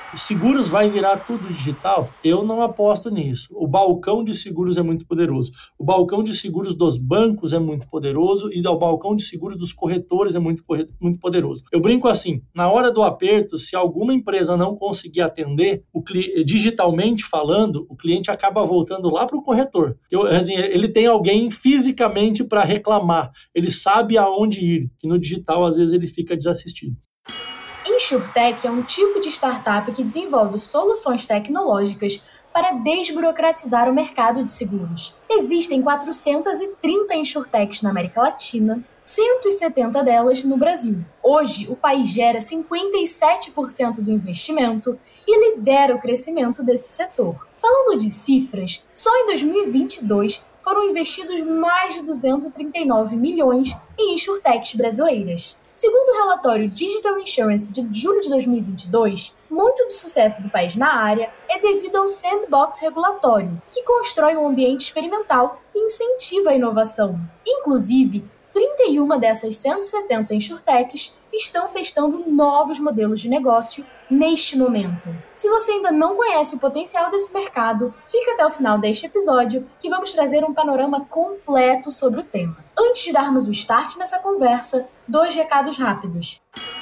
Seguros vai virar tudo digital? Eu não aposto nisso. O balcão de seguros é muito poderoso. O balcão de seguros dos bancos é muito poderoso e o balcão de seguros dos corretores é muito poderoso. Eu brinco assim, na hora do aperto, se alguma empresa não conseguir atender, digitalmente falando, o cliente acaba voltando lá para o corretor. Ele tem alguém fisicamente para reclamar. Ele sabe aonde ir, que no digital às vezes ele fica desassistido. InsurTech é um tipo de startup que desenvolve soluções tecnológicas para desburocratizar o mercado de seguros. Existem 430 InsurTechs na América Latina, 170 delas no Brasil. Hoje, o país gera 57% do investimento e lidera o crescimento desse setor. Falando de cifras, só em 2022 foram investidos mais de 239 milhões em InsurTechs brasileiras. Segundo o relatório Digital Insurance de julho de 2022, muito do sucesso do país na área é devido ao sandbox regulatório, que constrói um ambiente experimental e incentiva a inovação. Inclusive, 31 dessas 170 InsurTechs estão testando novos modelos de negócio neste momento. Se você ainda não conhece o potencial desse mercado, fica até o final deste episódio que vamos trazer um panorama completo sobre o tema. Antes de darmos o start nessa conversa, 2 recados rápidos.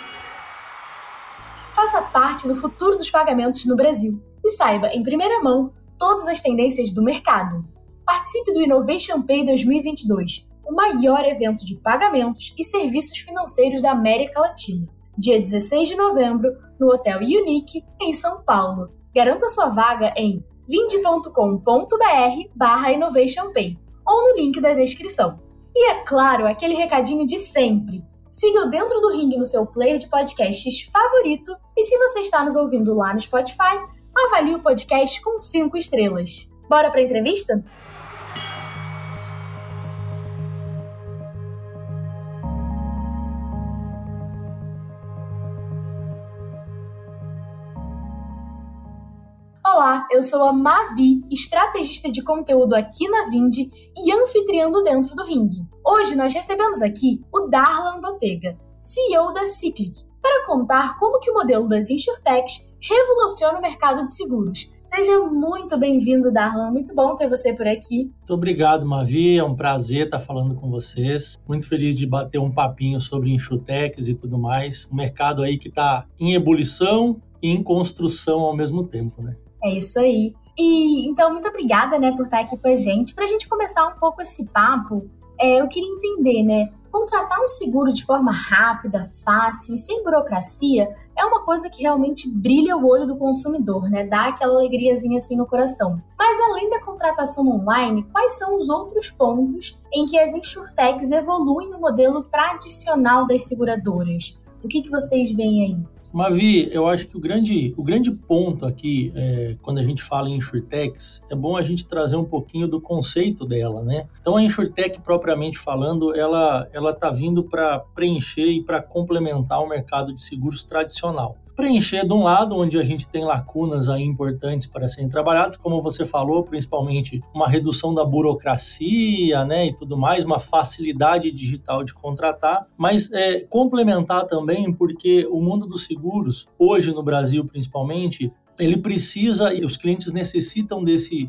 Faça parte do futuro dos pagamentos no Brasil e saiba, em primeira mão, todas as tendências do mercado. Participe do Innovation Pay 2022, o maior evento de pagamentos e serviços financeiros da América Latina. Dia 16 de novembro, no Hotel Unique, em São Paulo. Garanta sua vaga em vinde.com.br/innovationpay ou no link da descrição. E é claro, aquele recadinho de sempre. Siga o Dentro do Ring no seu player de podcasts favorito e se você está nos ouvindo lá no Spotify, avalie o podcast com 5 estrelas. Bora para a entrevista? Olá, eu sou a Mavi, estrategista de conteúdo aqui na Vinde e anfitriã do Dentro do Ring. Hoje nós recebemos aqui o Darlan Botega, CEO da Cyclic, para contar como que o modelo das InsurTechs revoluciona o mercado de seguros. Seja muito bem-vindo, Darlan. Muito bom ter você por aqui. Muito obrigado, Mavi. É um prazer estar falando com vocês. Muito feliz de bater um papinho sobre InsurTechs e tudo mais. Um mercado aí que está em ebulição e em construção ao mesmo tempo, né? É isso aí. E então, muito obrigada, por estar aqui com a gente. Para a gente começar um pouco esse papo, eu queria entender, contratar um seguro de forma rápida, fácil e sem burocracia é uma coisa que realmente brilha o olho do consumidor, dá aquela alegriazinha assim no coração. Mas além da contratação online, quais são os outros pontos em que as InsurTechs evoluem o modelo tradicional das seguradoras? O que vocês veem aí? Mavi, eu acho que o grande ponto aqui, quando a gente fala em InsurTechs, é bom a gente trazer um pouquinho do conceito dela, né? Então, a InsurTech, propriamente falando, ela está vindo para preencher e para complementar o mercado de seguros tradicional. Preencher de um lado, onde a gente tem lacunas aí importantes para serem trabalhadas, como você falou, principalmente uma redução da burocracia, e tudo mais, uma facilidade digital de contratar, mas complementar também porque o mundo dos seguros, hoje no Brasil principalmente, ele precisa e os clientes necessitam desse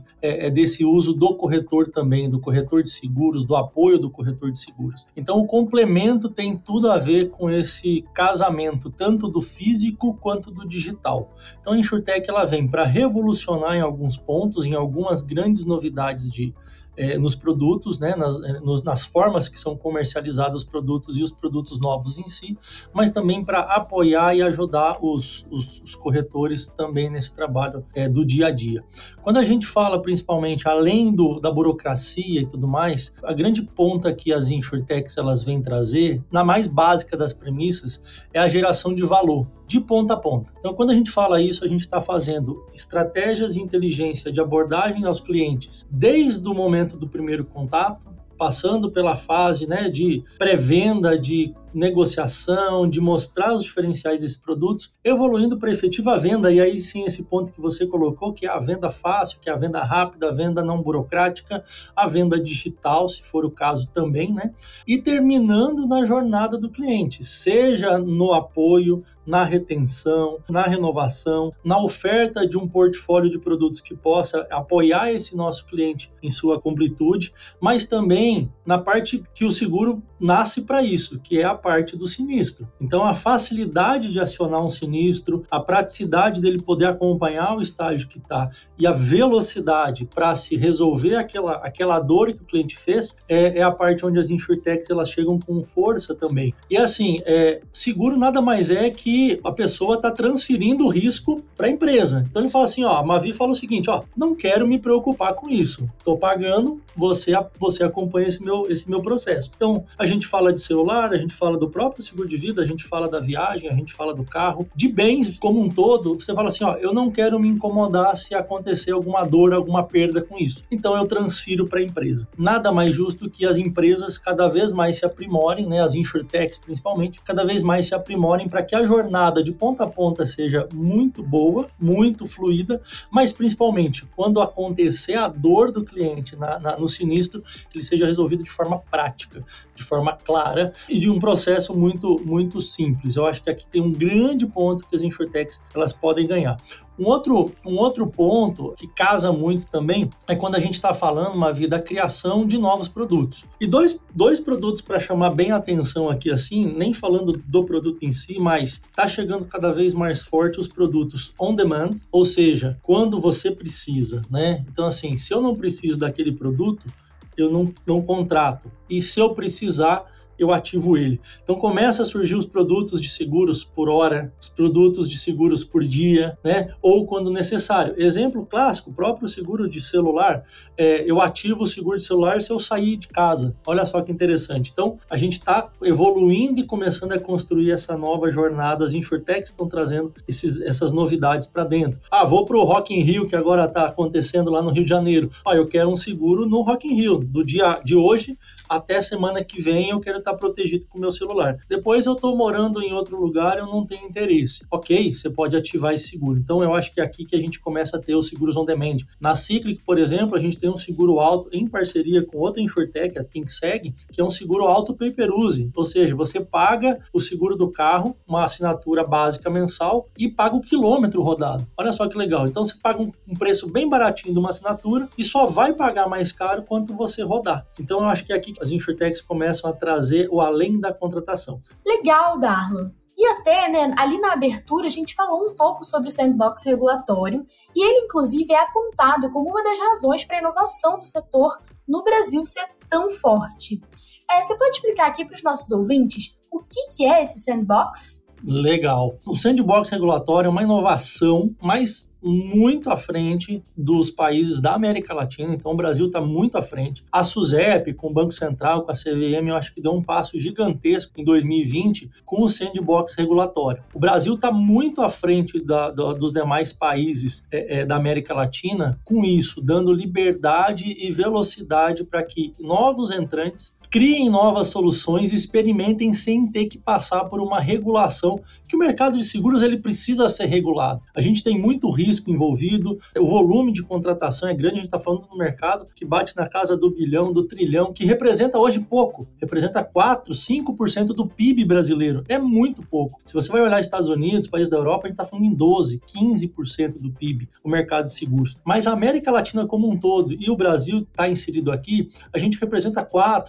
uso do corretor também, do corretor de seguros, do apoio do corretor de seguros. Então, o complemento tem tudo a ver com esse casamento, tanto do físico quanto do digital. Então, a InsurTech ela vem para revolucionar em alguns pontos, em algumas grandes novidades nos produtos, nas formas que são comercializados os produtos e os produtos novos em si, mas também para apoiar e ajudar os corretores também nesse trabalho do dia a dia. Quando a gente fala principalmente além da burocracia e tudo mais, a grande ponta que as InsurTechs elas vêm trazer, na mais básica das premissas, é a geração de valor, de ponta a ponta. Então, quando a gente fala isso, a gente está fazendo estratégias de inteligência de abordagem aos clientes, desde o momento do primeiro contato, passando pela fase de pré-venda, de negociação, de mostrar os diferenciais desses produtos, evoluindo para a efetiva venda, e aí sim esse ponto que você colocou, que é a venda fácil, que é a venda rápida, a venda não burocrática, a venda digital, se for o caso também, né? E terminando na jornada do cliente, seja no apoio, na retenção, na renovação, na oferta de um portfólio de produtos que possa apoiar esse nosso cliente em sua completude, mas também na parte que o seguro nasce para isso, que é a parte do sinistro. Então, a facilidade de acionar um sinistro, a praticidade dele poder acompanhar o estágio que está e a velocidade para se resolver aquela dor que o cliente fez, é a parte onde as insurtechs elas chegam com força também. E assim, seguro nada mais é que a pessoa está transferindo o risco para a empresa. Então ele fala assim, a Mavi fala o seguinte, não quero me preocupar com isso, estou pagando, você acompanha esse meu processo. Então a gente fala de celular, a gente fala do próprio seguro de vida, a gente fala da viagem, a gente fala do carro, de bens como um todo, você fala assim, eu não quero me incomodar se acontecer alguma dor, alguma perda com isso. Então eu transfiro para a empresa. Nada mais justo que as empresas cada vez mais se aprimorem, né, as insurtechs principalmente, cada vez mais se aprimorem para que a jornada de ponta a ponta seja muito boa, muito fluida, mas principalmente quando acontecer a dor do cliente no sinistro, que ele seja resolvido de forma prática, de forma clara e de um processo muito, muito simples. Eu acho que aqui tem um grande ponto que as insurtechs elas podem ganhar. Um outro ponto que casa muito também é quando a gente está falando, Mavi, da criação de novos produtos. E dois produtos para chamar bem a atenção aqui, assim, nem falando do produto em si, mas está chegando cada vez mais forte os produtos on demand, ou seja, quando você precisa, né? Então, assim, se eu não preciso daquele produto, eu não contrato. E se eu precisar, eu ativo ele. Então começa a surgir os produtos de seguros por hora, os produtos de seguros por dia, né? Ou quando necessário. Exemplo clássico, o próprio seguro de celular, eu ativo o seguro de celular se eu sair de casa. Olha só que interessante. Então a gente está evoluindo e começando a construir essa nova jornada. As insurtechs estão trazendo essas novidades para dentro. Vou para o Rock in Rio, que agora está acontecendo lá no Rio de Janeiro. Eu quero um seguro no Rock in Rio. Do dia de hoje até semana que vem eu quero estar protegido com o meu celular. Depois eu estou morando em outro lugar, eu não tenho interesse. Ok, você pode ativar esse seguro. Então eu acho que é aqui que a gente começa a ter os seguros on demand. Na Ciclic, por exemplo, a gente tem um seguro auto em parceria com outra insurtech, a ThinkSeg, que é um seguro auto pay per use. Ou seja, você paga o seguro do carro, uma assinatura básica mensal e paga o quilômetro rodado. Olha só que legal. Então você paga um preço bem baratinho de uma assinatura e só vai pagar mais caro quanto você rodar. Então eu acho que é aqui que as insurtechs começam a trazer o além da contratação. Legal, Darlan. E até, né, ali na abertura, a gente falou um pouco sobre o sandbox regulatório e ele, inclusive, é apontado como uma das razões para a inovação do setor no Brasil ser tão forte. Você pode explicar aqui para os nossos ouvintes o que é esse sandbox? Legal. O sandbox regulatório é uma inovação, mas muito à frente dos países da América Latina, então o Brasil está muito à frente. A SUSEP, com o Banco Central, com a CVM, eu acho que deu um passo gigantesco em 2020 com o sandbox regulatório. O Brasil está muito à frente dos demais países da América Latina com isso, dando liberdade e velocidade para que novos entrantes criem novas soluções e experimentem sem ter que passar por uma regulação, que o mercado de seguros ele precisa ser regulado. A gente tem muito risco envolvido, o volume de contratação é grande, a gente está falando do mercado que bate na casa do bilhão, do trilhão, que representa hoje pouco, representa 4%, 5% do PIB brasileiro, é muito pouco. Se você vai olhar Estados Unidos, países da Europa, a gente está falando em 12%, 15% do PIB, o mercado de seguros. Mas a América Latina como um todo e o Brasil está inserido aqui, a gente representa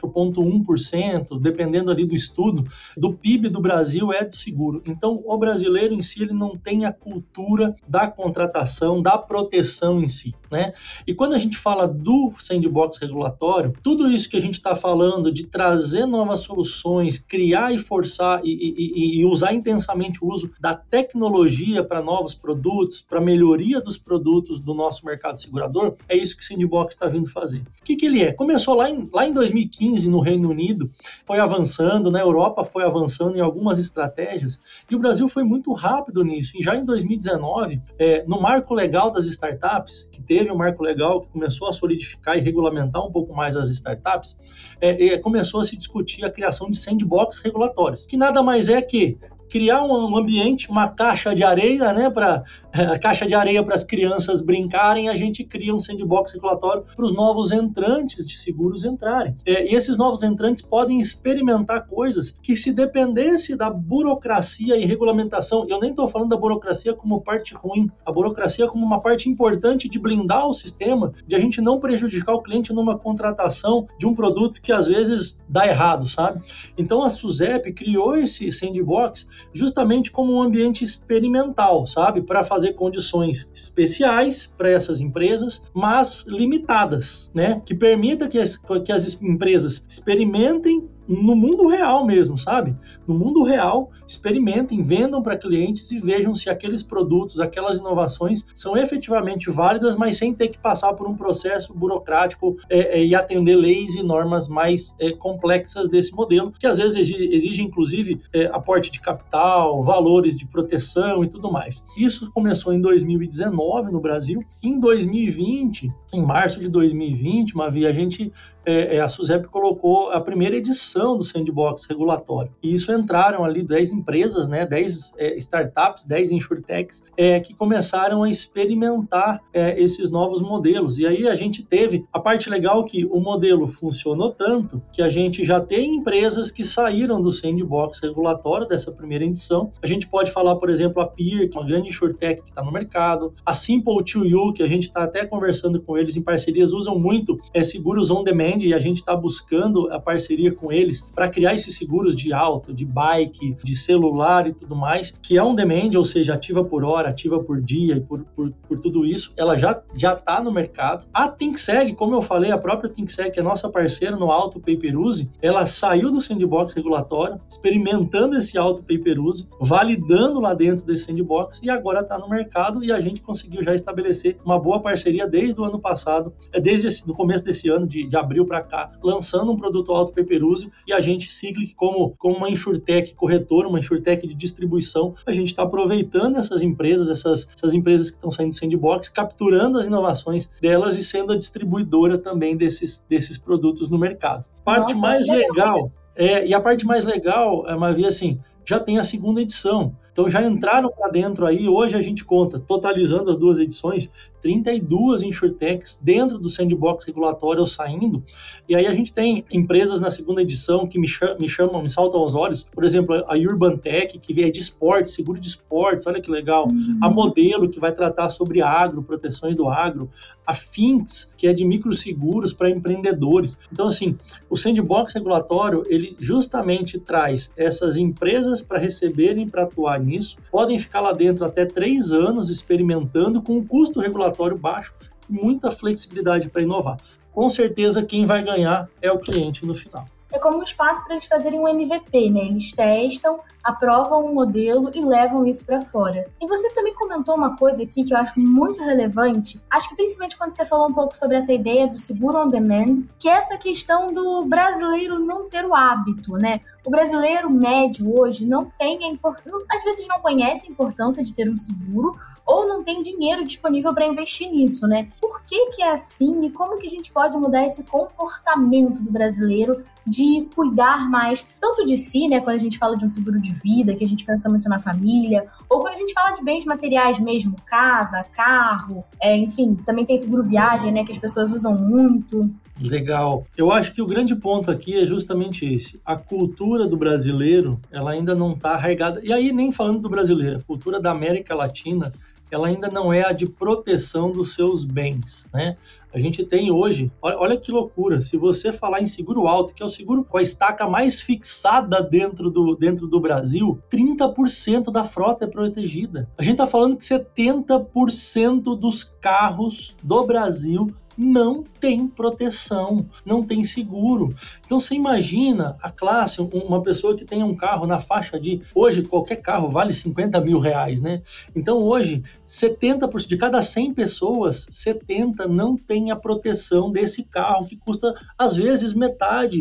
4,1%, dependendo ali do estudo, do PIB do Brasil é do seguro. Então, o brasileiro em si, ele não tem a cultura da contratação, da proteção em si, né? E quando a gente fala do sandbox regulatório, tudo isso que a gente está falando de trazer novas soluções, criar e forçar e usar intensamente o uso da tecnologia para novos produtos, para melhoria dos produtos do nosso mercado segurador, é isso que o sandbox está vindo fazer. O que ele é? Começou lá em 2015, no Reino Unido foi avançando, na Europa foi avançando em algumas estratégias, e o Brasil foi muito rápido nisso. E já em 2019, no marco legal das startups, que teve um marco legal que começou a solidificar e regulamentar um pouco mais as startups, começou a se discutir a criação de sandbox regulatórios, que nada mais é que criar um ambiente, uma caixa de areia, né, a caixa de areia para as crianças brincarem, a gente cria um sandbox regulatório para os novos entrantes de seguros entrarem. E esses novos entrantes podem experimentar coisas que, se dependesse da burocracia e regulamentação, eu nem estou falando da burocracia como parte ruim, a burocracia como uma parte importante de blindar o sistema, de a gente não prejudicar o cliente numa contratação de um produto que às vezes dá errado, sabe? Então a SUSEP criou esse sandbox justamente como um ambiente experimental, sabe? Para fazer condições especiais para essas empresas, mas limitadas, né? Que permita que as empresas experimentem no mundo real mesmo, sabe? No mundo real, experimentem, vendam para clientes e vejam se aqueles produtos, aquelas inovações são efetivamente válidas, mas sem ter que passar por um processo burocrático e atender leis e normas mais complexas desse modelo, que às vezes exige inclusive aporte de capital, valores de proteção e tudo mais. Isso começou em 2019 no Brasil. Em 2020, em março de 2020, a SUSEP colocou a primeira edição do sandbox regulatório. E isso entraram ali 10 empresas, né, 10 startups, 10 insurtechs, que começaram a experimentar esses novos modelos. E aí a gente teve a parte legal que o modelo funcionou tanto que a gente já tem empresas que saíram do sandbox regulatório dessa primeira edição. A gente pode falar, por exemplo, a Peer, que é uma grande insurtech que está no mercado, a Simple2You, que a gente está até conversando com eles em parcerias, usam muito seguros on demand, e a gente está buscando a parceria com eles para criar esses seguros de auto, de bike, de celular e tudo mais, que é on demand, ou seja, ativa por hora, ativa por dia, e por tudo isso, ela já está no mercado. A ThinkSeg, como eu falei, a própria ThinkSeg, que é nossa parceira no Auto Paper Use, ela saiu do sandbox regulatório, experimentando esse Auto Paper Use, validando lá dentro desse sandbox, e agora está no mercado, e a gente conseguiu já estabelecer uma boa parceria desde o ano passado, desde o começo desse ano, de abril para cá, lançando um produto Auto Paper Use, e a gente, Cyclic, como uma insurtech corretora, uma insurtech de distribuição, a gente está aproveitando essas empresas, essas empresas que estão saindo do sandbox, capturando as inovações delas e sendo a distribuidora também desses produtos no mercado. Parte mais legal, e a parte mais legal, Mavi, assim, já tem a segunda edição. Então já entraram para dentro aí, hoje a gente conta, totalizando as duas edições, 32 insurtechs dentro do sandbox regulatório saindo, e aí a gente tem empresas na segunda edição que me saltam aos olhos, por exemplo, a Urban Tech, que é de esporte, seguro de esportes, olha que legal, a Modelo, que vai tratar sobre agro, proteções do agro, a Finks, que é de microseguros para empreendedores. Então, assim, o sandbox regulatório, ele justamente traz essas empresas para receberem, para atuar nisso, podem ficar lá dentro até 3 anos experimentando com um custo regulatório baixo e muita flexibilidade para inovar. Com certeza, quem vai ganhar é o cliente no final. É como um espaço para eles fazerem um MVP, né? Eles testam, aprovam um modelo e levam isso para fora. E você também comentou uma coisa aqui que eu acho muito relevante, acho que principalmente quando você falou um pouco sobre essa ideia do seguro on demand, que é essa questão do brasileiro não ter o hábito, né? O brasileiro médio hoje não tem às vezes não conhece a importância de ter um seguro, ou não tem dinheiro disponível para investir nisso, né? Por que é assim e como que a gente pode mudar esse comportamento do brasileiro de cuidar mais, tanto de si, né? Quando a gente fala de um seguro de vida, que a gente pensa muito na família, ou quando a gente fala de bens materiais mesmo, casa, carro, enfim, também tem seguro viagem, né? Que as pessoas usam muito. Legal. Eu acho que o grande ponto aqui é justamente esse. A cultura do brasileiro, ela ainda não está arraigada. E aí, nem falando do brasileiro, a cultura da América Latina, ela ainda não é a de proteção dos seus bens, né? A gente tem hoje, olha que loucura, se você falar em seguro alto, que é o seguro com a estaca mais fixada dentro do Brasil, 30% da frota é protegida. A gente está falando que 70% dos carros do Brasil não tem proteção, não tem seguro. Então você imagina a classe, uma pessoa que tenha um carro na faixa de, hoje qualquer carro vale 50 mil reais, né? Então hoje 70%, de cada 100 pessoas, 70 não tem a proteção desse carro, que custa às vezes metade,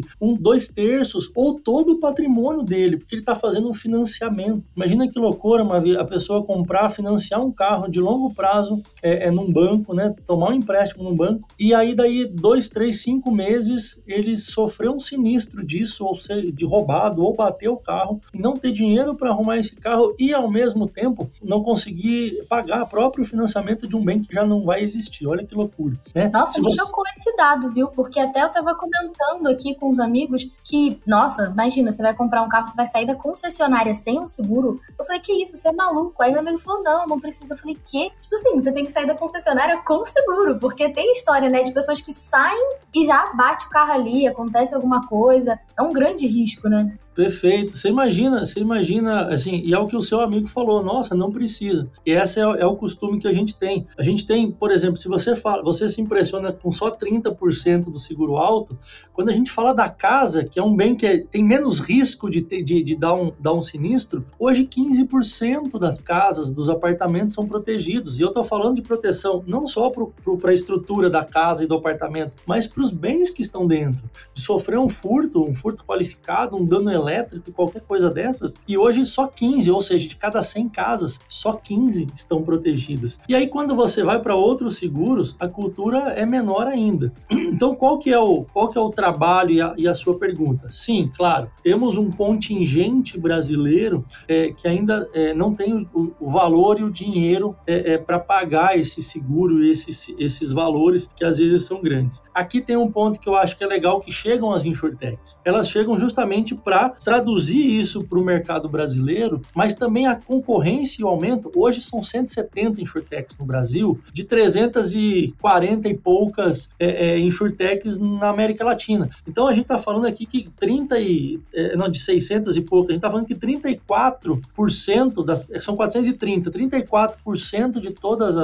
2/3 ou todo o patrimônio dele, porque ele está fazendo um financiamento. Imagina que loucura a pessoa comprar, financiar um carro de longo prazo num banco, né? Tomar um empréstimo num banco, e aí daí 2, 3, 5 meses ele sofreu um sinistro disso, ou seja, de roubado, ou bater o carro, e não ter dinheiro para arrumar esse carro e ao mesmo tempo não conseguir pagar o próprio financiamento de um bem que já não vai existir. Olha que loucura, né? Nossa, me chocou esse dado, viu? Porque até eu tava comentando aqui com os amigos que, nossa, imagina, você vai comprar um carro, você vai sair da concessionária sem um seguro. Eu falei, que isso, você é maluco? Aí meu amigo falou, não precisa. Eu falei, que? Tipo assim, você tem que sair da concessionária com seguro, porque tem história, né, de pessoas que saem e já bate o carro ali, acontece alguma coisa. É um grande risco, né? Perfeito. Você imagina, assim, e é o que o seu amigo falou, nossa, não precisa. E esse é o costume que a gente tem. A gente tem, por exemplo, se você se impressiona com só 30% do seguro alto, quando a gente fala da casa, que é um bem que tem menos risco de dar um sinistro, hoje 15% das casas, dos apartamentos são protegidos. E eu estou falando de proteção não só para a estrutura da casa e do apartamento, mas para os bens que estão dentro. De sofrer um furto qualificado, um dano elétrico, qualquer coisa dessas, e hoje só 15, ou seja, de cada 100 casas, só 15 estão protegidas. E aí quando você vai para outros seguros, a cultura é menor ainda. Então qual que é o trabalho e a sua pergunta? Sim, claro, temos um contingente brasileiro que ainda não tem o valor e o dinheiro para pagar esse seguro e esses valores que às vezes são grandes. Aqui tem um ponto que eu acho que é legal, que chegam as insurtechs. Elas chegam justamente para traduzir isso para o mercado brasileiro, mas também a concorrência e o aumento. Hoje são 170 insurtechs no Brasil, de 340 e poucas insurtechs na América Latina. Então a gente está falando aqui que de 600 e poucas, a gente está falando que 34% são 430, 34% de todas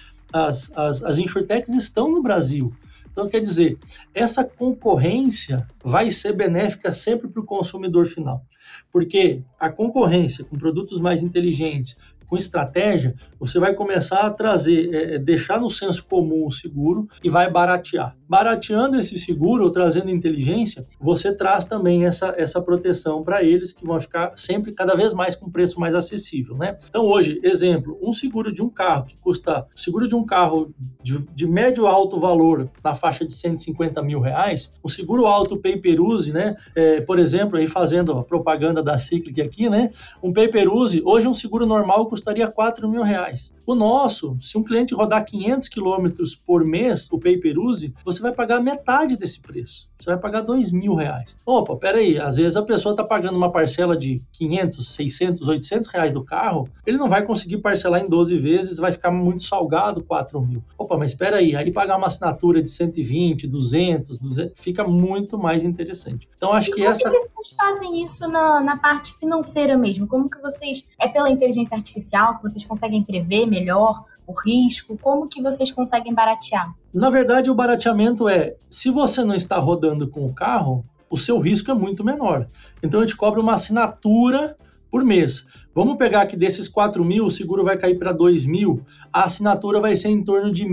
as insurtechs estão no Brasil. Então, quer dizer, essa concorrência vai ser benéfica sempre para o consumidor final, porque a concorrência com produtos mais inteligentes, com estratégia, você vai começar a trazer, deixar no senso comum o seguro e vai baratear. Barateando esse seguro ou trazendo inteligência, você traz também essa proteção para eles, que vão ficar sempre cada vez mais com preço mais acessível, né? Então hoje, exemplo, um seguro de um carro que custa, seguro de um carro de médio alto valor na faixa de 150 mil reais, o seguro alto pay-per-use, né? Por exemplo, aí fazendo a propaganda da Cyclic aqui, né? Um pay-per-use, hoje um seguro normal custaria 4 mil reais. O nosso, se um cliente rodar 500 quilômetros por mês, o pay-per-use, você vai pagar metade desse preço. Você vai pagar 2 mil reais. Opa, peraí, às vezes a pessoa está pagando uma parcela de 500, 600, 800 reais do carro, ele não vai conseguir parcelar em 12 vezes, vai ficar muito salgado 4 mil. Opa, mas peraí, aí pagar uma assinatura de 120, 200, fica muito mais interessante. Então, acho que essa... Como que vocês fazem isso na parte financeira mesmo? Como que vocês... É pela inteligência artificial que vocês conseguem prever melhor o risco? Como que vocês conseguem baratear? Na verdade, o barateamento se você não está rodando com o carro, o seu risco é muito menor. Então, eu te cobro uma assinatura por mês. Vamos pegar que desses 4 mil, o seguro vai cair para 2 mil, a assinatura vai ser em torno de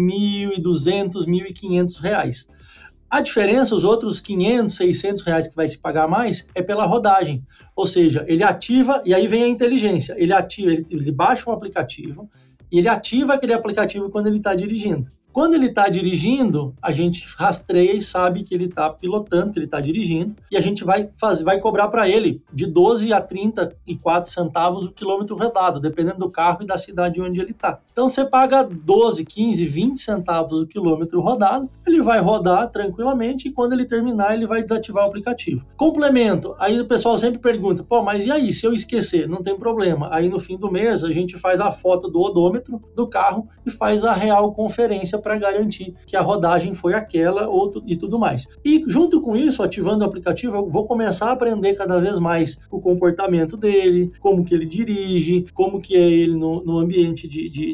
1.200, 1.500 reais. A diferença, os outros 500, 600 reais que vai se pagar mais, é pela rodagem. Ou seja, ele ativa, e aí vem a inteligência. Ele baixa um aplicativo, e ele ativa aquele aplicativo quando ele está dirigindo. Quando ele está dirigindo, a gente rastreia e sabe que ele está pilotando, que ele está dirigindo, e a gente vai cobrar para ele de 12 a 34 centavos o quilômetro rodado, dependendo do carro e da cidade onde ele está. Então você paga 12, 15, 20 centavos o quilômetro rodado, ele vai rodar tranquilamente e quando ele terminar, ele vai desativar o aplicativo. Complemento, aí o pessoal sempre pergunta, mas e aí, se eu esquecer? Não tem problema. Aí no fim do mês, a gente faz a foto do odômetro do carro e faz a real conferência para garantir que a rodagem foi aquela e tudo mais. E junto com isso, ativando o aplicativo, eu vou começar a aprender cada vez mais o comportamento dele, como que ele dirige, como que é ele no ambiente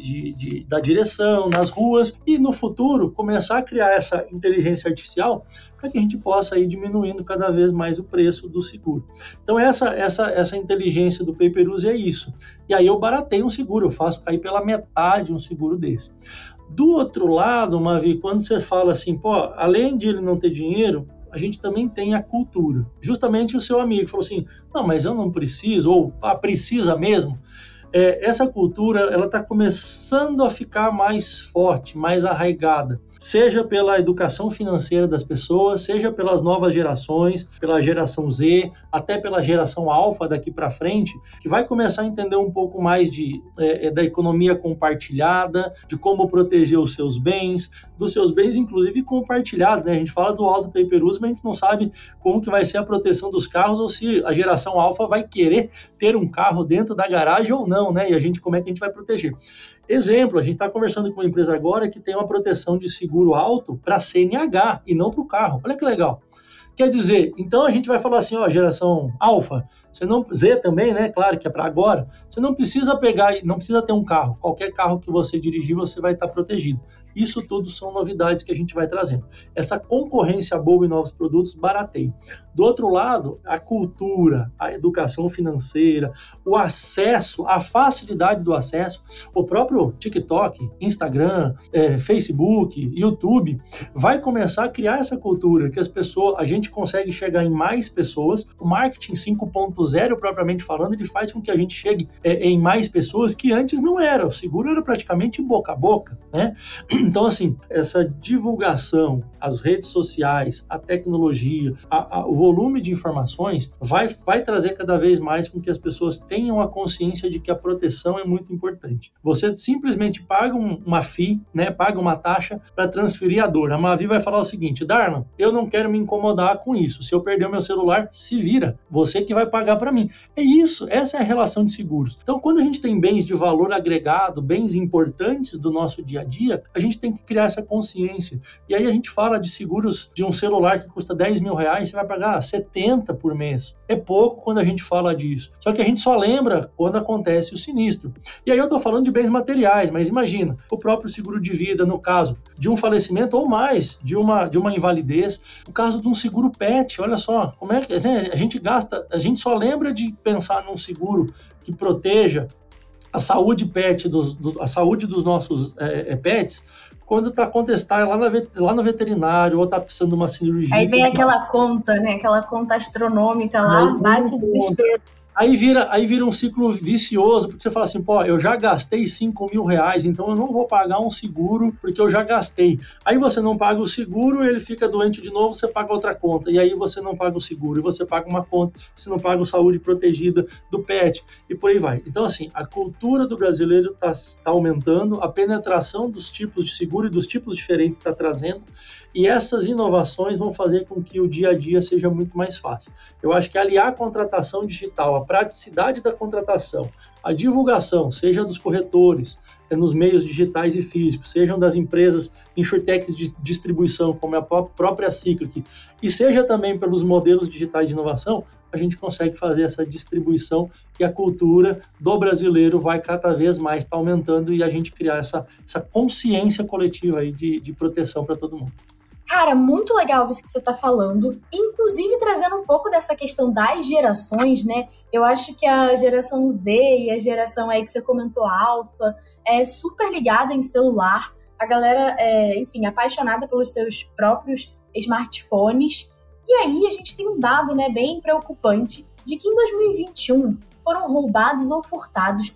da direção, nas ruas, e no futuro começar a criar essa inteligência artificial para que a gente possa ir diminuindo cada vez mais o preço do seguro. Então essa inteligência do pay-per-use é isso. E aí eu barateio um seguro, eu faço cair pela metade um seguro desse. Do outro lado, Mavi, quando você fala assim, além de ele não ter dinheiro, a gente também tem a cultura. Justamente o seu amigo falou assim, não, mas eu não preciso, ou precisa mesmo. Essa cultura ela está começando a ficar mais forte, mais arraigada, seja pela educação financeira das pessoas, seja pelas novas gerações, pela geração Z, até pela geração alfa daqui para frente, que vai começar a entender um pouco mais da economia compartilhada, de como proteger os seus bens, dos seus bens inclusive compartilhados, né? A gente fala do auto pay-per-use, mas a gente não sabe como que vai ser a proteção dos carros ou se a geração alfa vai querer ter um carro dentro da garagem ou não, né? E como é que a gente vai proteger? Exemplo, a gente está conversando com uma empresa agora que tem uma proteção de seguro alto para CNH e não para o carro. Olha que legal. Quer dizer, então a gente vai falar assim, geração alfa, você não, Z também, né? Claro que é para agora. Você não precisa não precisa ter um carro. Qualquer carro que você dirigir, você vai estar protegido. Isso tudo são novidades que a gente vai trazendo. Essa concorrência boa em novos produtos barateia. Do outro lado, a cultura, a educação financeira, o acesso, a facilidade do acesso, o próprio TikTok, Instagram, Facebook, YouTube, vai começar a criar essa cultura que a gente consegue chegar em mais pessoas. O marketing 5.0, propriamente falando, ele faz com que a gente chegue em mais pessoas que antes não era. O seguro era praticamente boca a boca, né? Então, assim, essa divulgação, as redes sociais, a tecnologia, o volume de informações vai trazer cada vez mais com que as pessoas tenham a consciência de que a proteção é muito importante. Você simplesmente paga uma fee, né, paga uma taxa para transferir a dor. A Mavi vai falar o seguinte, Darlan, eu não quero me incomodar com isso. Se eu perder o meu celular, se vira. Você que vai pagar para mim. É isso, essa é a relação de seguros. Então, quando a gente tem bens de valor agregado, bens importantes do nosso dia a dia, a gente tem que criar essa consciência. E aí a gente fala de seguros de um celular que custa 10 mil reais, você vai pagar 70 por mês. É pouco quando a gente fala disso. Só que a gente só lembra quando acontece o sinistro. E aí eu estou falando de bens materiais, mas imagina, o próprio seguro de vida, no caso de um falecimento ou mais, de uma invalidez, o caso de um seguro pet, olha só, como é que a gente só lembra de pensar num seguro que proteja a saúde pet, a saúde dos nossos pets, quando está contestar lá no veterinário ou está precisando de uma cirurgia. Aí vem aquela conta, né? Aquela conta astronômica lá, bate o desespero. Aí vira um ciclo vicioso, porque você fala assim, eu já gastei 5 mil reais, então eu não vou pagar um seguro porque eu já gastei. Aí você não paga o seguro, ele fica doente de novo, você paga outra conta. E aí você não paga o seguro, e você paga uma conta, você não paga a saúde protegida do pet, e por aí vai. Então, assim, a cultura do brasileiro está aumentando, a penetração dos tipos de seguro e dos tipos diferentes está trazendo, e essas inovações vão fazer com que o dia a dia seja muito mais fácil. Eu acho que aliar a contratação digital, a praticidade da contratação, a divulgação, seja dos corretores, nos meios digitais e físicos, sejam das empresas insurtechs de distribuição, como a própria Cyclic, e seja também pelos modelos digitais de inovação, a gente consegue fazer essa distribuição e a cultura do brasileiro vai cada vez mais estar aumentando e a gente criar essa consciência coletiva aí de proteção para todo mundo. Cara, muito legal isso que você está falando, inclusive trazendo um pouco dessa questão das gerações, né? Eu acho que a geração Z e a geração aí que você comentou, Alpha, é super ligada em celular. A galera enfim, apaixonada pelos seus próprios smartphones. E aí a gente tem um dado, né, bem preocupante de que em 2021 foram roubados ou furtados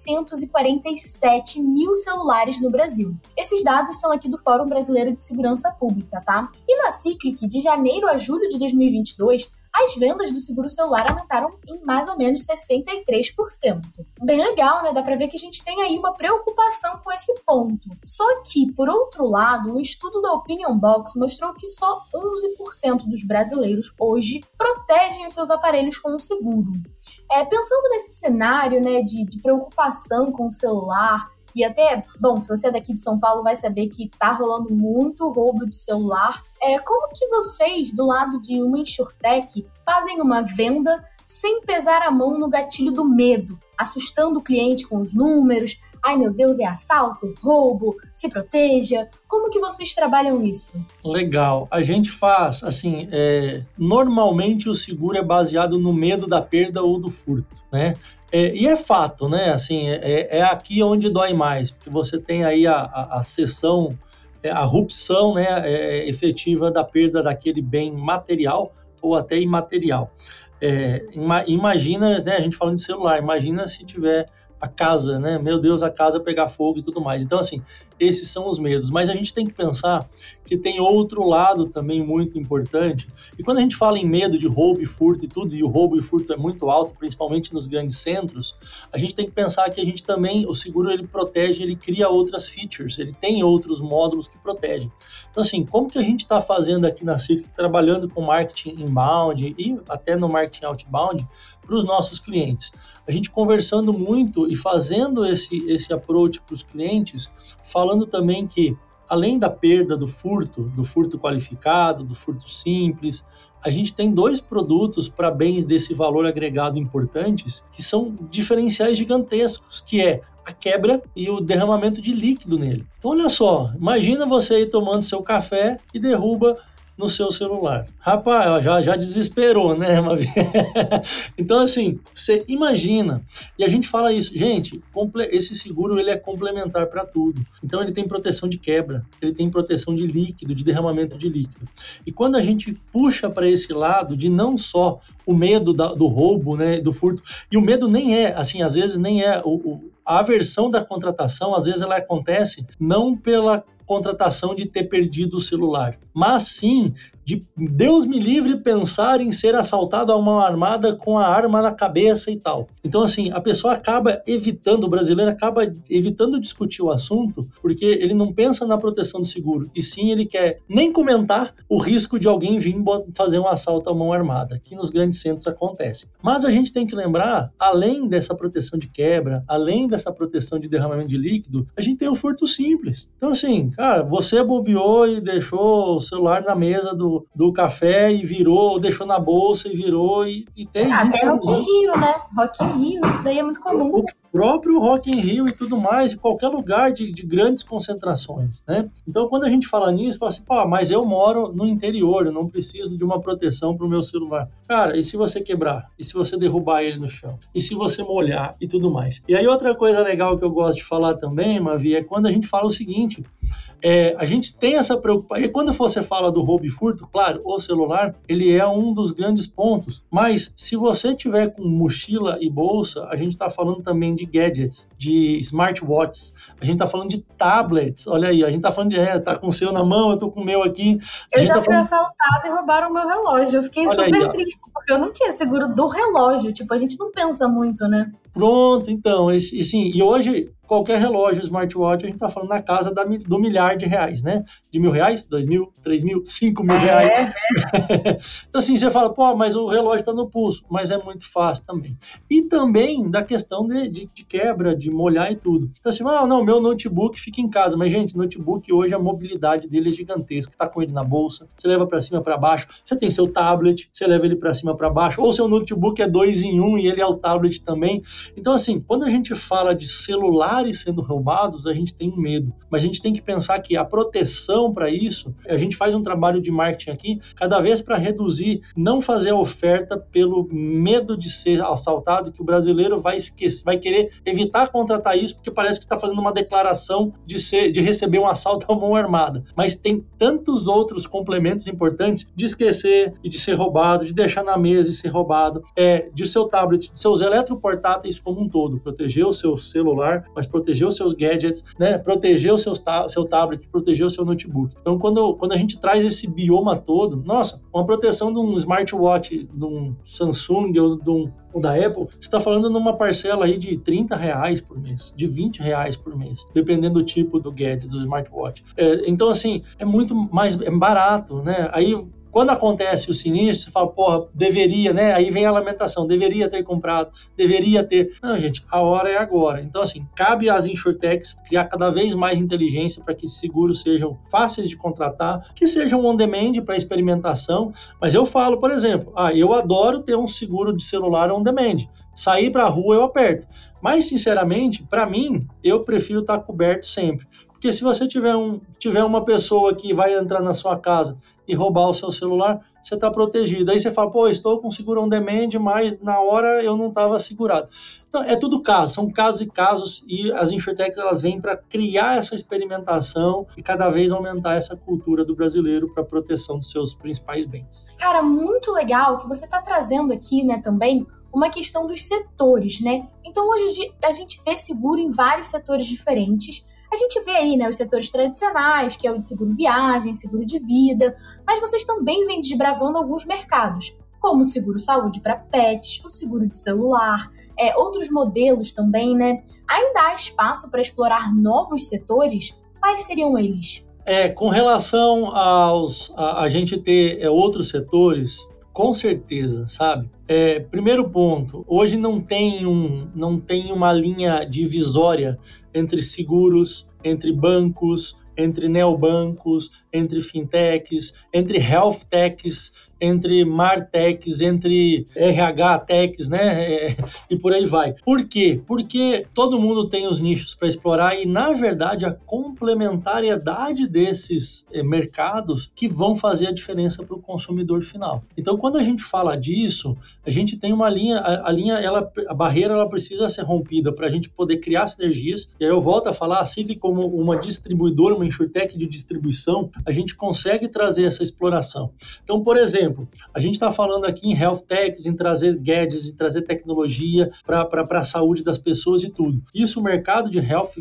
847 mil celulares no Brasil. Esses dados são aqui do Fórum Brasileiro de Segurança Pública, tá? E na Cyclic, de janeiro a julho de 2022, as vendas do seguro celular aumentaram em mais ou menos 63%. Bem legal, né? Dá pra ver que a gente tem aí uma preocupação com esse ponto. Só que, por outro lado, um estudo da Opinion Box mostrou que só 11% dos brasileiros hoje protegem os seus aparelhos com um seguro. Pensando nesse cenário, né, de preocupação com o celular, E até, bom, se você é daqui de São Paulo, vai saber que tá rolando muito roubo de celular. Como que vocês, do lado de uma insurtech, fazem uma venda sem pesar a mão no gatilho do medo, assustando o cliente com os números? Ai, meu Deus, é assalto, roubo, se proteja. Como que vocês trabalham isso? Legal. A gente faz, assim, normalmente o seguro é baseado no medo da perda ou do furto, né? E é fato, né? Assim, é aqui onde dói mais, porque você tem aí a seção, a rupção, né, efetiva da perda daquele bem material ou até imaterial. Imagina, né, a gente falando de celular, imagina se tiver a casa, né? Meu Deus, a casa pegar fogo e tudo mais. Então, assim, esses são os medos. Mas a gente tem que pensar que tem outro lado também muito importante. E quando a gente fala em medo de roubo e furto e tudo, e o roubo e furto é muito alto, principalmente nos grandes centros, a gente tem que pensar que a gente também, o seguro, ele protege, ele cria outras features, ele tem outros módulos que protegem. Então, assim, como que a gente está fazendo aqui na CIRC, trabalhando com marketing inbound e até no marketing outbound para os nossos clientes? A gente conversando muito e fazendo esse approach para os clientes, falando também que, além da perda do furto qualificado, do furto simples, a gente tem 2 produtos para bens desse valor agregado importantes, que são diferenciais gigantescos, que é a quebra e o derramamento de líquido nele. Então, olha só, imagina você aí tomando seu café e derruba no seu celular. Rapaz, já desesperou, né, Mavi? Então, assim, você imagina, e a gente fala isso, gente, esse seguro ele é complementar para tudo. Então, ele tem proteção de quebra, ele tem proteção de líquido, de derramamento de líquido. E quando a gente puxa para esse lado de não só o medo do roubo, né, do furto, e o medo nem é, assim, às vezes nem é a aversão da contratação, às vezes ela acontece não pela contratação de ter perdido o celular, mas sim de, Deus me livre, pensar em ser assaltado a mão armada com a arma na cabeça e tal. Então, assim, a pessoa acaba evitando, o brasileiro acaba evitando discutir o assunto, porque ele não pensa na proteção do seguro, e sim ele quer nem comentar o risco de alguém vir fazer um assalto à mão armada, que nos grandes centros acontece. Mas a gente tem que lembrar, além dessa proteção de quebra, além dessa proteção de derramamento de líquido, a gente tem o furto simples. Então, assim, cara, você bobeou e deixou o celular na mesa do café e virou, ou deixou na bolsa e virou, e tem... Até Rock in Rio, né? Rock in Rio, isso daí é muito comum. O próprio Rock in Rio e tudo mais, em qualquer lugar de grandes concentrações, né? Então, quando a gente fala nisso, fala assim, pô, mas eu moro no interior, eu não preciso de uma proteção para o meu celular. Cara, e se você quebrar? E se você derrubar ele no chão? E se você molhar? E tudo mais. E aí, outra coisa legal que eu gosto de falar também, Mavi, é quando a gente fala o seguinte... a gente tem essa preocupação, e quando você fala do roubo e furto, claro, o celular, ele é um dos grandes pontos, mas se você tiver com mochila e bolsa, a gente está falando também de gadgets, de smartwatches, a gente está falando de tablets, olha aí, a gente está falando de, tá com o seu na mão, eu tô com o meu aqui. Eu já fui assaltada e roubaram o meu relógio, eu fiquei super triste, porque eu não tinha seguro do relógio, tipo, a gente não pensa muito, né? Pronto, então, sim, e hoje... Qualquer relógio, smartwatch, a gente está falando na casa do R$1 milhar, né? De R$1.000, R$2.000, R$3.000, R$5.000. Então, assim, você fala, pô, mas o relógio está no pulso, mas é muito fácil também. E também da questão de quebra, de molhar e tudo. Então, assim, não, meu notebook fica em casa. Mas, gente, notebook hoje a mobilidade dele é gigantesca. Tá com ele na bolsa, você leva para cima, para baixo. Você tem seu tablet, você leva ele para cima, para baixo. Ou seu notebook é 2 em 1 e ele é o tablet também. Então, assim, quando a gente fala de celular sendo roubados, a gente tem um medo, mas a gente tem que pensar que a proteção para isso, a gente faz um trabalho de marketing aqui, cada vez para reduzir, não fazer a oferta pelo medo de ser assaltado, que o brasileiro vai querer evitar contratar isso, porque parece que está fazendo uma declaração de receber um assalto à mão armada, mas tem tantos outros complementos importantes de esquecer e de ser roubado, de deixar na mesa e ser roubado, de seu tablet, de seus eletroportáteis como um todo, proteger o seu celular, mas proteger os seus gadgets, né? Proteger o seu tablet, proteger o seu notebook. Então, quando a gente traz esse bioma todo, nossa, uma proteção de um smartwatch, de um Samsung ou da Apple, você está falando numa parcela aí de R$30 por mês, de R$20 por mês, dependendo do tipo do gadget, do smartwatch. Então, assim, é muito mais barato, né? Aí Quando acontece o sinistro, você fala, porra, deveria, né? Aí vem a lamentação, deveria ter comprado, deveria ter... Não, gente, a hora é agora. Então, assim, cabe às insurtechs criar cada vez mais inteligência para que esses seguros sejam fáceis de contratar, que sejam on-demand para experimentação. Mas eu falo, por exemplo, eu adoro ter um seguro de celular on-demand. Sair para a rua, eu aperto. Mas, sinceramente, para mim, eu prefiro estar coberto sempre. Porque se você tiver uma pessoa que vai entrar na sua casa e roubar o seu celular, você está protegido. Aí você fala, estou com seguro on demand, mas na hora eu não estava segurado. Então, é tudo caso, são casos e casos, e as insurtechs elas vêm para criar essa experimentação e cada vez aumentar essa cultura do brasileiro para a proteção dos seus principais bens. Cara, muito legal que você está trazendo aqui, né, também, uma questão dos setores, né? Então, hoje a gente vê seguro em vários setores diferentes. A gente vê aí, né, os setores tradicionais, que é o de seguro viagem, seguro de vida, mas vocês também vêm desbravando alguns mercados, como o seguro saúde para pets, o seguro de celular, outros modelos também, né? Ainda há espaço para explorar novos setores? Quais seriam eles? Com relação a gente ter outros setores, com certeza, sabe? Primeiro ponto, hoje não tem uma linha divisória entre seguros, entre bancos, entre neobancos, entre fintechs, entre health techs, entre martechs, entre RH techs, né? E por aí vai. Por quê? Porque todo mundo tem os nichos para explorar e, na verdade, a complementariedade desses mercados que vão fazer a diferença para o consumidor final. Então, quando a gente fala disso, a gente tem uma linha, a barreira ela precisa ser rompida para a gente poder criar sinergias. E aí eu volto a falar, assim como uma distribuidora, uma insurtech de distribuição, a gente consegue trazer essa exploração. Então, por exemplo, a gente está falando aqui em health techs, em trazer gadgets, em trazer tecnologia para a saúde das pessoas e tudo. Isso o mercado de health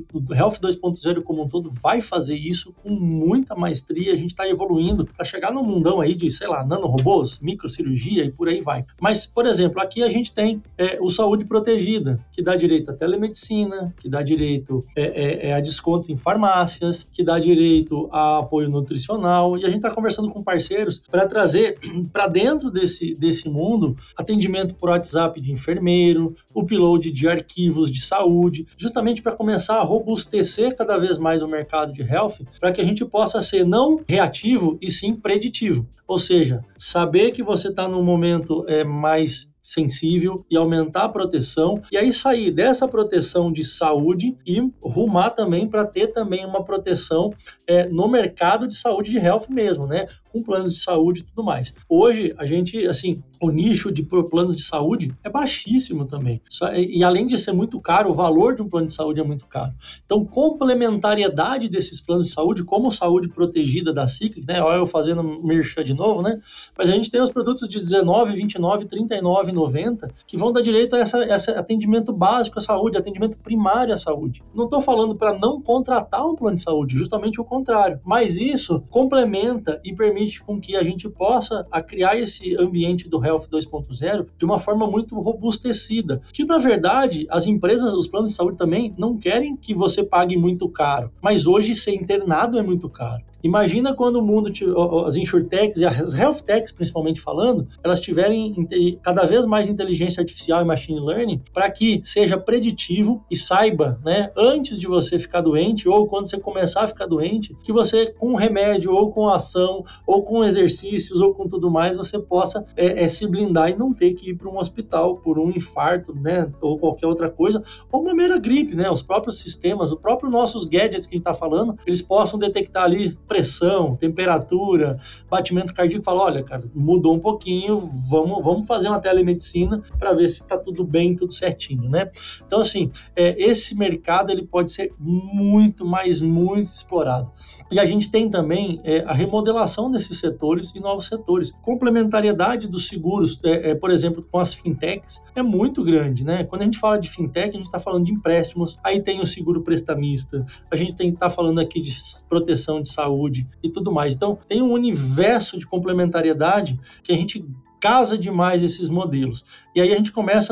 2.0 como um todo vai fazer isso com muita maestria. A gente está evoluindo para chegar num mundão aí de, nanorobôs, microcirurgia e por aí vai. Mas, por exemplo, aqui a gente tem o Saúde Protegida, que dá direito à telemedicina, que dá direito a desconto em farmácias, que dá direito a apoio nutricional, e a gente está conversando com parceiros para trazer para dentro desse mundo atendimento por WhatsApp de enfermeiro, upload de arquivos de saúde, justamente para começar a robustecer cada vez mais o mercado de health, para que a gente possa ser não reativo e sim preditivo. Ou seja, saber que você está num momento mais sensível e aumentar a proteção, e aí sair dessa proteção de saúde e rumar também para ter também uma proteção no mercado de saúde de health mesmo, né? Com planos de saúde e tudo mais. Hoje, a gente, o nicho de planos de saúde é baixíssimo também. E além de ser muito caro, o valor de um plano de saúde é muito caro. Então, complementariedade desses planos de saúde, como saúde protegida da Ciclic, né? Olha eu fazendo merchan de novo, né? Mas a gente tem os produtos de R$19, R$29, R$39, R$90, que vão dar direito a esse atendimento básico à saúde, atendimento primário à saúde. Não estou falando para não contratar um plano de saúde, justamente o contrário. Mas isso complementa e permite com que a gente possa criar esse ambiente do Health 2.0 de uma forma muito robustecida. Que, na verdade, as empresas, os planos de saúde também, não querem que você pague muito caro. Mas hoje, ser internado é muito caro. Imagina quando o mundo, as insurtechs e as health techs, principalmente falando, elas tiverem cada vez mais inteligência artificial e machine learning para que seja preditivo e saiba, né, antes de você ficar doente ou quando você começar a ficar doente, que você, com remédio ou com ação ou com exercícios ou com tudo mais, você possa se blindar e não ter que ir para um hospital por um infarto, né, ou qualquer outra coisa, ou uma mera gripe, né? Os próprios sistemas, os próprios nossos gadgets que a gente está falando, eles possam detectar ali pressão, temperatura, batimento cardíaco, fala, olha, cara, mudou um pouquinho, vamos fazer uma telemedicina para ver se está tudo bem, tudo certinho, né? Então, esse mercado ele pode ser muito, mas muito explorado. E a gente tem também a remodelação desses setores e novos setores. Complementariedade dos seguros, por exemplo, com as fintechs, é muito grande, né? Quando a gente fala de fintech, a gente está falando de empréstimos, aí tem o seguro prestamista, a gente está falando aqui de proteção de saúde e tudo mais. Então, tem um universo de complementariedade que a gente casa demais esses modelos. E aí a gente começa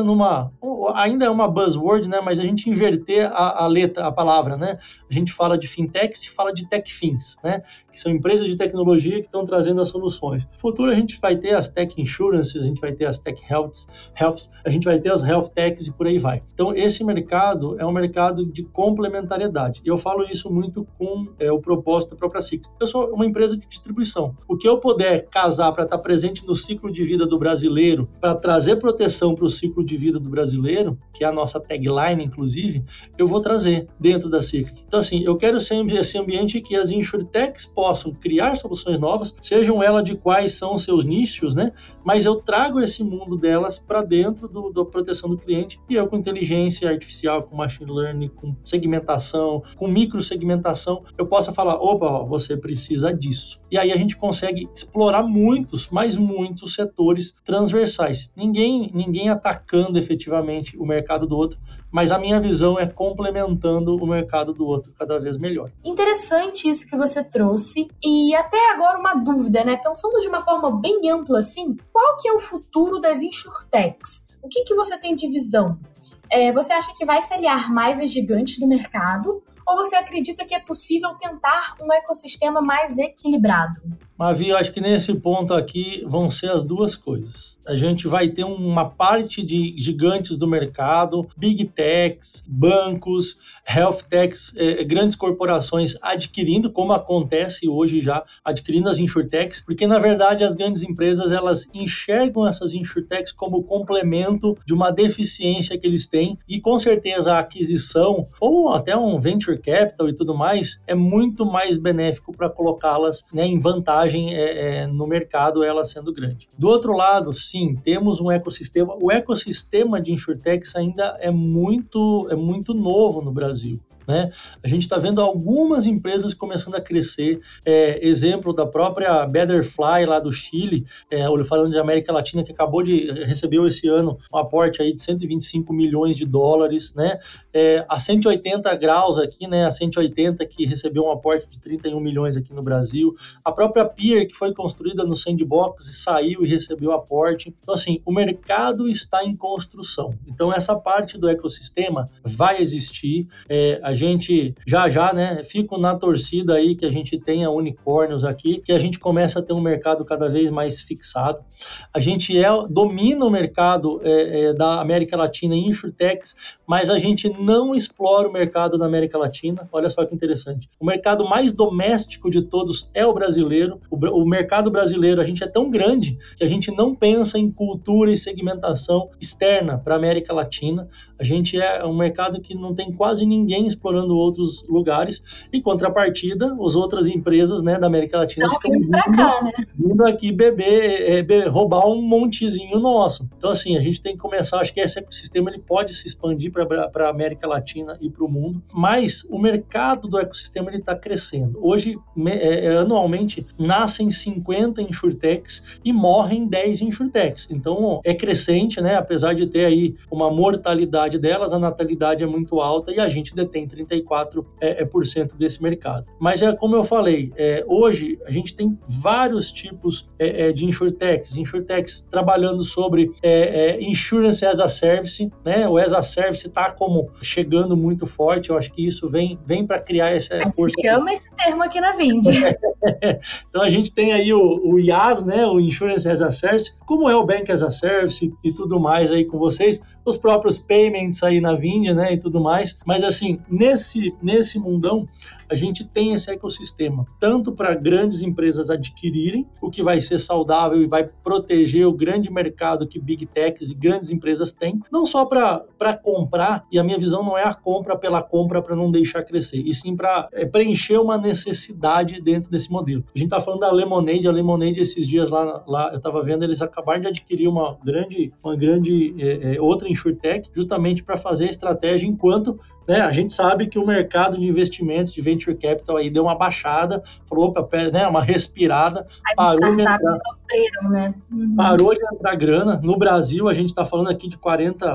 ainda é uma buzzword, né? Mas a gente inverter a palavra, né? A gente fala de fintechs e fala de techfins, né? Que são empresas de tecnologia que estão trazendo as soluções. No futuro a gente vai ter as tech insurances, a gente vai ter as tech healths, a gente vai ter as health techs e por aí vai. Então esse mercado é um mercado de complementariedade. E eu falo isso muito com o propósito da própria Ciclic. Eu sou uma empresa de distribuição. O que eu puder casar para estar presente no ciclo de vida do brasileiro, para trazer proteção para o ciclo de vida do brasileiro, que é a nossa tagline, inclusive, eu vou trazer dentro da Ciclic. Então, assim, eu quero ser esse ambiente que as insurtechs possam criar soluções novas, sejam elas de quais são os seus nichos, né? Mas eu trago esse mundo delas para dentro da proteção do cliente e eu com inteligência artificial, com machine learning, com segmentação, com microsegmentação, eu possa falar, opa, você precisa disso. E aí a gente consegue explorar muitos setores transversais. Ninguém atacando efetivamente o mercado do outro, mas a minha visão é complementando o mercado do outro cada vez melhor. Interessante isso que você trouxe. E até agora uma dúvida, né? Pensando de uma forma bem ampla assim, qual que é o futuro das insurtechs? O que você tem de visão? Você acha que vai se aliar mais às gigantes do mercado? Ou você acredita que é possível tentar um ecossistema mais equilibrado? Mavi, eu acho que nesse ponto aqui vão ser as duas coisas. A gente vai ter uma parte de gigantes do mercado, big techs, bancos, health techs, grandes corporações adquirindo, como acontece hoje já, adquirindo as insurtechs, porque na verdade as grandes empresas elas enxergam essas insurtechs como complemento de uma deficiência que eles têm e com certeza a aquisição ou até um venture capital e tudo mais é muito mais benéfico para colocá-las, né, em vantagem no mercado, ela sendo grande. Do outro lado, sim, temos um ecossistema. O ecossistema de insurtechs ainda é muito novo no Brasil. Né? A gente está vendo algumas empresas começando a crescer, exemplo da própria Betterfly lá do Chile, falando de América Latina, que recebeu esse ano um aporte aí de 125 milhões de dólares, né? A 180 graus aqui, né? A 180 que recebeu um aporte de 31 milhões aqui no Brasil, a própria Pier que foi construída no Sandbox e saiu e recebeu aporte. Então assim, o mercado está em construção. Então essa parte do ecossistema vai existir, a gente já, né, fico na torcida aí que a gente tenha unicórnios aqui, que a gente começa a ter um mercado cada vez mais fixado. A gente domina o mercado da América Latina em insurtechs, mas a gente não explora o mercado da América Latina. Olha só que interessante. O mercado mais doméstico de todos é o brasileiro. O mercado brasileiro, a gente é tão grande que a gente não pensa em cultura e segmentação externa para a América Latina. A gente é um mercado que não tem quase ninguém explorando outros lugares, em contrapartida, as outras empresas, né, da América Latina estão vindo aqui roubar um montezinho nosso. Então, assim, a gente tem que começar, acho que esse ecossistema ele pode se expandir para a América Latina e para o mundo, mas o mercado do ecossistema ele está crescendo. Hoje, anualmente, nascem 50 insurtechs e morrem 10 insurtechs. Então, é crescente, né, apesar de ter aí uma mortalidade delas, a natalidade é muito alta e a gente detém 34% desse mercado. Mas como eu falei, hoje a gente tem vários tipos de insurtechs trabalhando sobre insurance as a service, né? O as a service está como chegando muito forte. Eu acho que isso vem para criar essa força. A gente ama esse termo aqui na Vind. Então a gente tem aí o IaaS, né? O Insurance as a Service, como é o Bank as a Service e tudo mais aí com vocês, os próprios payments aí na Vind, né? E tudo mais. Mas assim, nesse mundão, a gente tem esse ecossistema, tanto para grandes empresas adquirirem, o que vai ser saudável e vai proteger o grande mercado que Big Techs e grandes empresas têm, não só para comprar, e a minha visão não é a compra pela compra para não deixar crescer, e sim para preencher uma necessidade dentro desse modelo. A gente está falando da Lemonade, a Lemonade esses dias lá eu estava vendo, eles acabaram de adquirir uma grande outra insurtech, justamente para fazer a estratégia enquanto, né, a gente sabe que o mercado de investimentos, de venture venture capital aí deu uma baixada, falou, opa, né, uma respirada, as startups sofreram, né? Parou de entrar grana. No Brasil, a gente está falando aqui de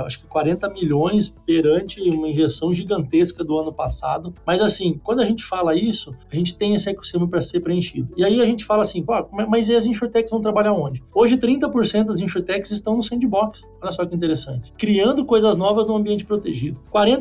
40 milhões perante uma injeção gigantesca do ano passado. Mas assim, quando a gente fala isso, a gente tem esse ecossistema para ser preenchido. E aí a gente fala assim, mas e as insurtechs vão trabalhar onde? Hoje, 30% das insurtechs estão no sandbox. Olha só que interessante. Criando coisas novas no ambiente protegido.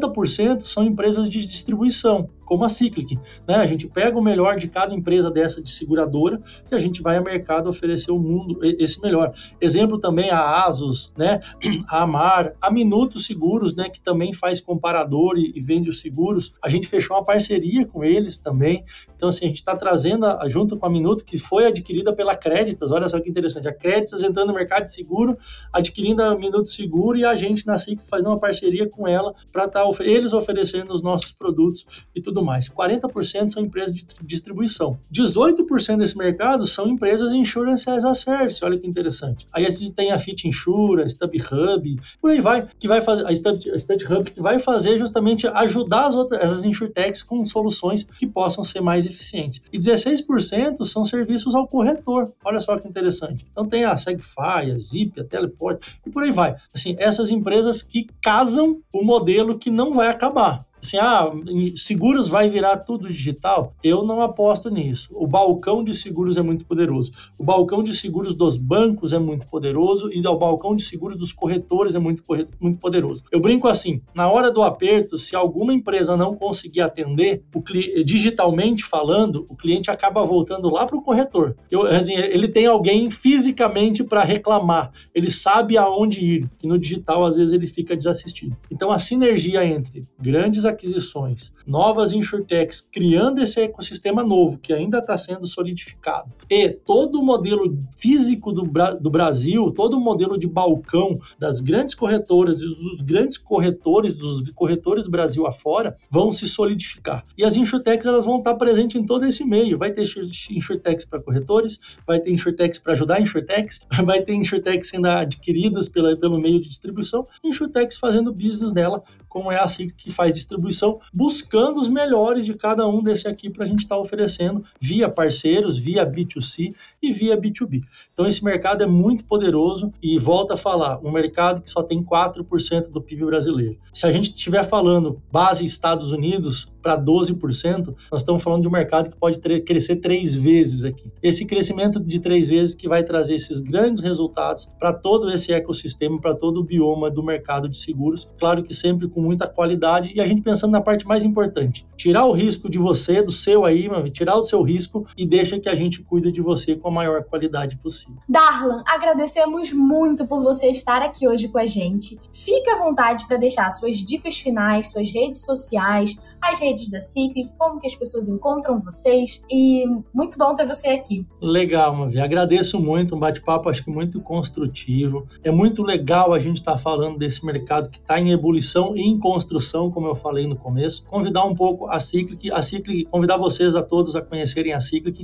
40% são empresas de distribuição, como a Cyclic, né? A gente pega o melhor de cada empresa dessa de seguradora e a gente vai ao mercado oferecer ao mundo esse melhor. Exemplo também a Asus, né? A Amar, a Minuto Seguros, né? Que também faz comparador e vende os seguros. A gente fechou uma parceria com eles também. Então, assim, a gente está trazendo, junto com a Minuto, que foi adquirida pela Creditas, olha só que interessante, a Creditas entrando no mercado de seguro, adquirindo a Minuto Seguro e a gente na Cyclic fazendo uma parceria com ela para estar eles oferecendo os nossos produtos e tudo mais. 40% são empresas de distribuição. 18% desse mercado são empresas de insurance as a service, olha que interessante. Aí a gente tem a Fit Insure, a StubHub, por aí vai, que vai fazer a StubHub, que vai fazer justamente ajudar essas insurtechs com soluções que possam ser mais eficientes. E 16% são serviços ao corretor, olha só que interessante. Então tem a Segfy, a Zip, a Teleport e por aí vai. Assim, essas empresas que casam o modelo que não vai acabar. Assim, seguros vai virar tudo digital? Eu não aposto nisso. O balcão de seguros é muito poderoso. O balcão de seguros dos bancos é muito poderoso e o balcão de seguros dos corretores é muito poderoso. Eu brinco assim, na hora do aperto, se alguma empresa não conseguir atender, digitalmente falando, o cliente acaba voltando lá para o corretor. Ele tem alguém fisicamente para reclamar. Ele sabe aonde ir, que no digital, às vezes, ele fica desassistido. Então, a sinergia entre grandes aquisições, novas insurtechs, criando esse ecossistema novo, que ainda está sendo solidificado, e todo o modelo físico do Brasil, todo o modelo de balcão das grandes corretoras, dos grandes corretores, dos corretores Brasil afora, vão se solidificar. E as insurtechs, elas vão estar presentes em todo esse meio. Vai ter insurtechs para corretores, vai ter insurtechs para ajudar insurtechs, vai ter insurtechs sendo adquiridas pelo meio de distribuição, insurtechs fazendo business dela, como é a Cyclic que faz distribuição, buscando os melhores de cada um desse aqui para a gente estar oferecendo via parceiros, via B2C e via B2B. Então esse mercado é muito poderoso e volta a falar, um mercado que só tem 4% do PIB brasileiro. Se a gente estiver falando base Estados Unidos para 12%, nós estamos falando de um mercado que pode crescer 3 vezes aqui. Esse crescimento de 3 vezes que vai trazer esses grandes resultados para todo esse ecossistema, para todo o bioma do mercado de seguros, claro que sempre com muita qualidade e a gente pensando na parte mais importante, tirar o risco de você, do seu aí, tirar o seu risco e deixa que a gente cuide de você com a maior qualidade possível. Darlan, agradecemos muito por você estar aqui hoje com a gente. Fique à vontade para deixar suas dicas finais, suas redes sociais, as redes da Cyclic, como que as pessoas encontram vocês e muito bom ter você aqui. Legal, Mavi, agradeço muito, um bate-papo acho que muito construtivo, é muito legal a gente estar falando desse mercado que está em ebulição e em construção, como eu falei no começo, convidar um pouco a Cyclic, convidar vocês a todos a conhecerem a Cyclic,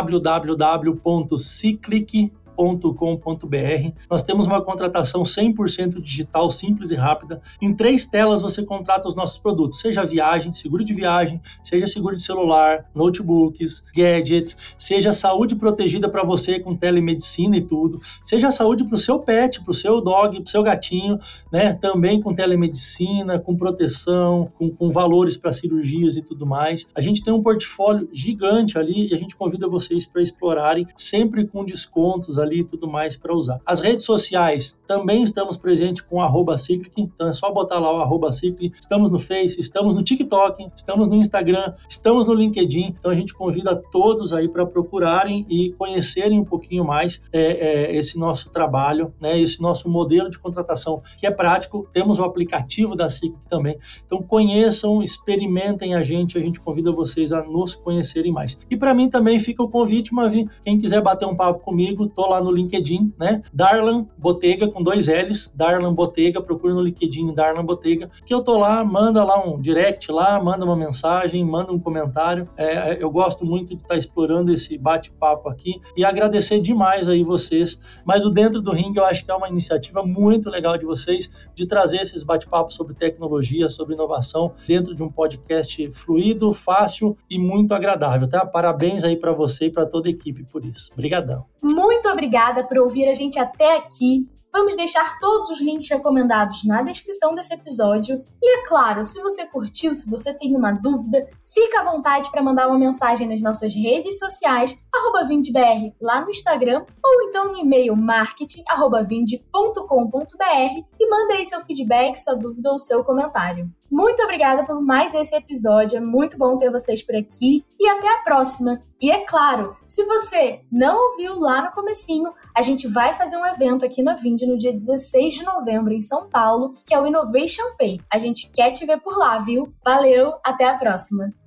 www.cyclic.com.br. Nós temos uma contratação 100% digital, simples e rápida. Em 3 telas você contrata os nossos produtos, seja viagem, seguro de viagem, seja seguro de celular, notebooks, gadgets, seja saúde protegida para você com telemedicina e tudo, seja saúde para o seu pet, para o seu dog, para o seu gatinho, né? Também com telemedicina, com proteção, com valores para cirurgias e tudo mais. A gente tem um portfólio gigante ali e a gente convida vocês para explorarem, sempre com descontos ali e tudo mais para usar. As redes sociais, também estamos presentes com @Cyclic, então é só botar lá o @Cyclic, estamos no Face, estamos no TikTok, estamos no Instagram, estamos no LinkedIn, então a gente convida todos aí para procurarem e conhecerem um pouquinho mais esse nosso trabalho, né, esse nosso modelo de contratação que é prático, temos o aplicativo da Cyclic também, então conheçam, experimentem a gente convida vocês a nos conhecerem mais. E para mim também fica o convite, Mavi, quem quiser bater um papo comigo, tô lá no LinkedIn, né? Darlan Botega, com 2 L's, Darlan Botega, procura no LinkedIn Darlan Botega, que eu tô lá, manda lá um direct lá, manda uma mensagem, manda um comentário. Eu gosto muito de estar explorando esse bate-papo aqui e agradecer demais aí vocês. Mas o Dentro do Ringue eu acho que é uma iniciativa muito legal de vocês, de trazer esses bate-papos sobre tecnologia, sobre inovação, dentro de um podcast fluido, fácil e muito agradável, tá? Parabéns aí para você e para toda a equipe por isso. Obrigadão. Muito obrigada por ouvir a gente até aqui. Vamos deixar todos os links recomendados na descrição desse episódio. E é claro, se você curtiu, se você tem uma dúvida, fica à vontade para mandar uma mensagem nas nossas redes sociais, @vindbr lá no Instagram, ou então no e-mail marketing@vind.com.br e manda aí seu feedback, sua dúvida ou seu comentário. Muito obrigada por mais esse episódio, é muito bom ter vocês por aqui e até a próxima. E é claro, se você não ouviu lá no comecinho, a gente vai fazer um evento aqui na Vind no dia 16 de novembro em São Paulo, que é o Innovation Pay. A gente quer te ver por lá, viu? Valeu, até a próxima!